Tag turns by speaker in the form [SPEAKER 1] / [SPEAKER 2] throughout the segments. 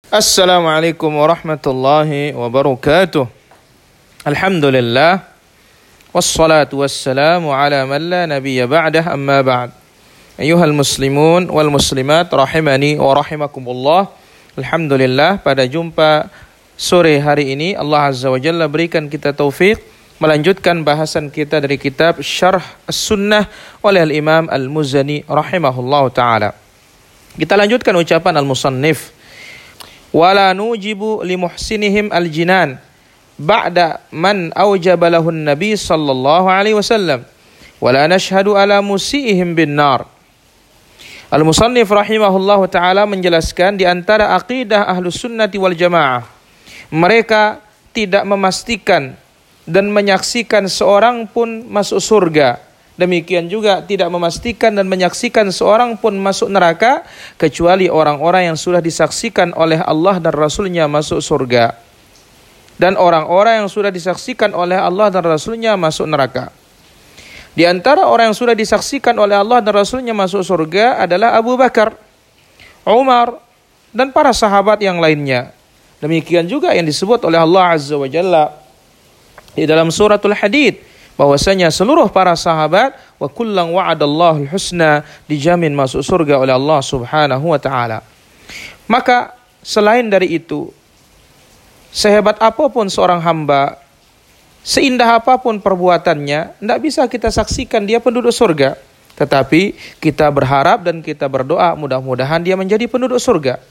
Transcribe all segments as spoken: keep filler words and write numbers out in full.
[SPEAKER 1] Assalamualaikum warahmatullahi wabarakatuh. Alhamdulillah. Wassalatu wassalamu ala man la nabiyya ba'dah, amma ba'd. Ayuhal muslimun wal muslimat rahimani wa rahimakumullah. Alhamdulillah, pada jumpa sore hari ini Allah Azza wa Jalla berikan kita taufik melanjutkan bahasan kita dari kitab Syarh As-Sunnah oleh Al-Imam Al-Muzani rahimahullahu ta'ala. Kita lanjutkan ucapan Al-Musannif. Wala nujibu limuhsinihim al-jinan ba'da man awjaba lahun nabi sallallahu alaihi wasallam wala nashhadu ala musiihim bin nar. Al-Musannif rahimahullahu ta'ala menjelaskan di antara aqidah Ahlus Sunnati wal Jamaah, mereka tidak memastikan dan menyaksikan seorang pun masuk surga. Demikian juga tidak memastikan dan menyaksikan seorang pun masuk neraka kecuali orang-orang yang sudah disaksikan oleh Allah dan Rasulnya masuk surga. Dan orang-orang yang sudah disaksikan oleh Allah dan Rasulnya masuk neraka. Di antara orang yang sudah disaksikan oleh Allah dan Rasulnya masuk surga adalah Abu Bakar, Umar, dan para sahabat yang lainnya. Demikian juga yang disebut oleh Allah Azza wa Jalla di dalam suratul Hadid, bahwasanya seluruh para sahabat wa kullang wa'adallahu al-husna, dijamin masuk surga oleh Allah Subhanahu wa taala. Maka selain dari itu, sehebat apapun seorang hamba, seindah apapun perbuatannya, tidak bisa kita saksikan dia penduduk surga. Tetapi kita berharap dan kita berdoa mudah-mudahan dia menjadi penduduk surga.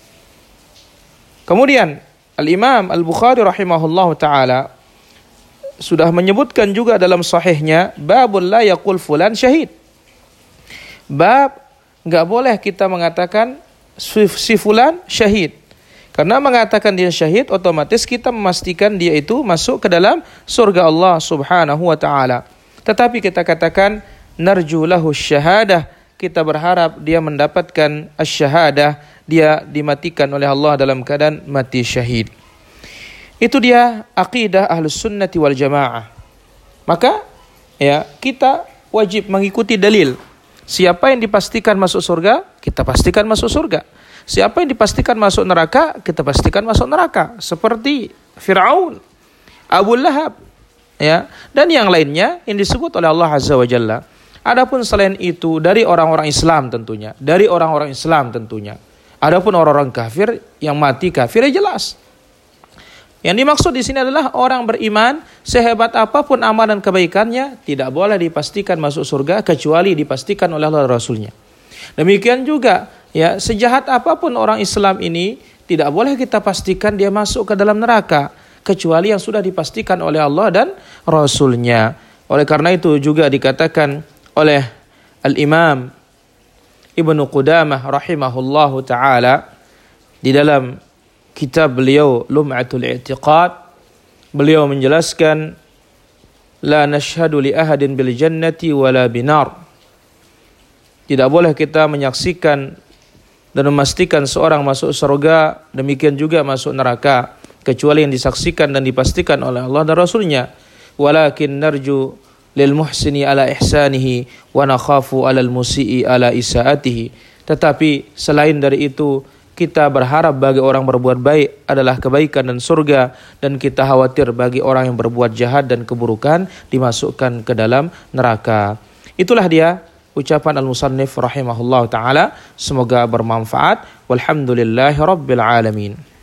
[SPEAKER 1] Kemudian Al-Imam Al-Bukhari rahimahullahu ta'ala sudah menyebutkan juga dalam sahihnya, babul la yaqul fulan syahid. Bab enggak boleh kita mengatakan si fulan syahid. Karena mengatakan dia syahid, otomatis kita memastikan dia itu masuk ke dalam surga Allah Subhanahu wa taala. Tetapi kita katakan narju lahu syahadah, kita berharap dia mendapatkan asy-syahadah, dia dimatikan oleh Allah dalam keadaan mati syahid. Itu dia aqidah Ahlus Sunnati wal Jamaah. Maka ya, kita wajib mengikuti dalil. Siapa yang dipastikan masuk surga, kita pastikan masuk surga. Siapa yang dipastikan masuk neraka, kita pastikan masuk neraka. Seperti Fir'aun, Abu Lahab, ya, dan yang lainnya yang disebut oleh Allah Azza wa Jalla. Adapun selain itu dari orang-orang Islam tentunya, dari orang-orang Islam tentunya. Adapun orang-orang kafir yang mati kafir ya jelas. Yang dimaksud di sini adalah orang beriman sehebat apapun amal dan kebaikannya tidak boleh dipastikan masuk surga kecuali dipastikan oleh Allah dan Rasulnya. Demikian juga ya, sejahat apapun orang Islam ini tidak boleh kita pastikan dia masuk ke dalam neraka kecuali yang sudah dipastikan oleh Allah dan Rasulnya. Oleh karena itu juga dikatakan oleh Al-Imam Ibnu Qudamah rahimahullahu ta'ala di dalam kitab beliau Lum'atul I'tiqad, beliau menjelaskan la nashhadu li ahadin bil jannati wala binar. Tidak boleh kita menyaksikan dan memastikan seorang masuk surga, demikian juga masuk neraka kecuali yang disaksikan dan dipastikan oleh Allah dan Rasulnya. Walakin narju lil muhsini ala ihsanihi wa nakhafu alal musii ala isaatihi. Tetapi selain dari itu, kita berharap bagi orang berbuat baik adalah kebaikan dan surga, dan kita khawatir bagi orang yang berbuat jahat dan keburukan dimasukkan ke dalam neraka. Itulah dia ucapan Al-Musannif rahimahullah ta'ala. Semoga bermanfaat. Walhamdulillahi rabbil alamin.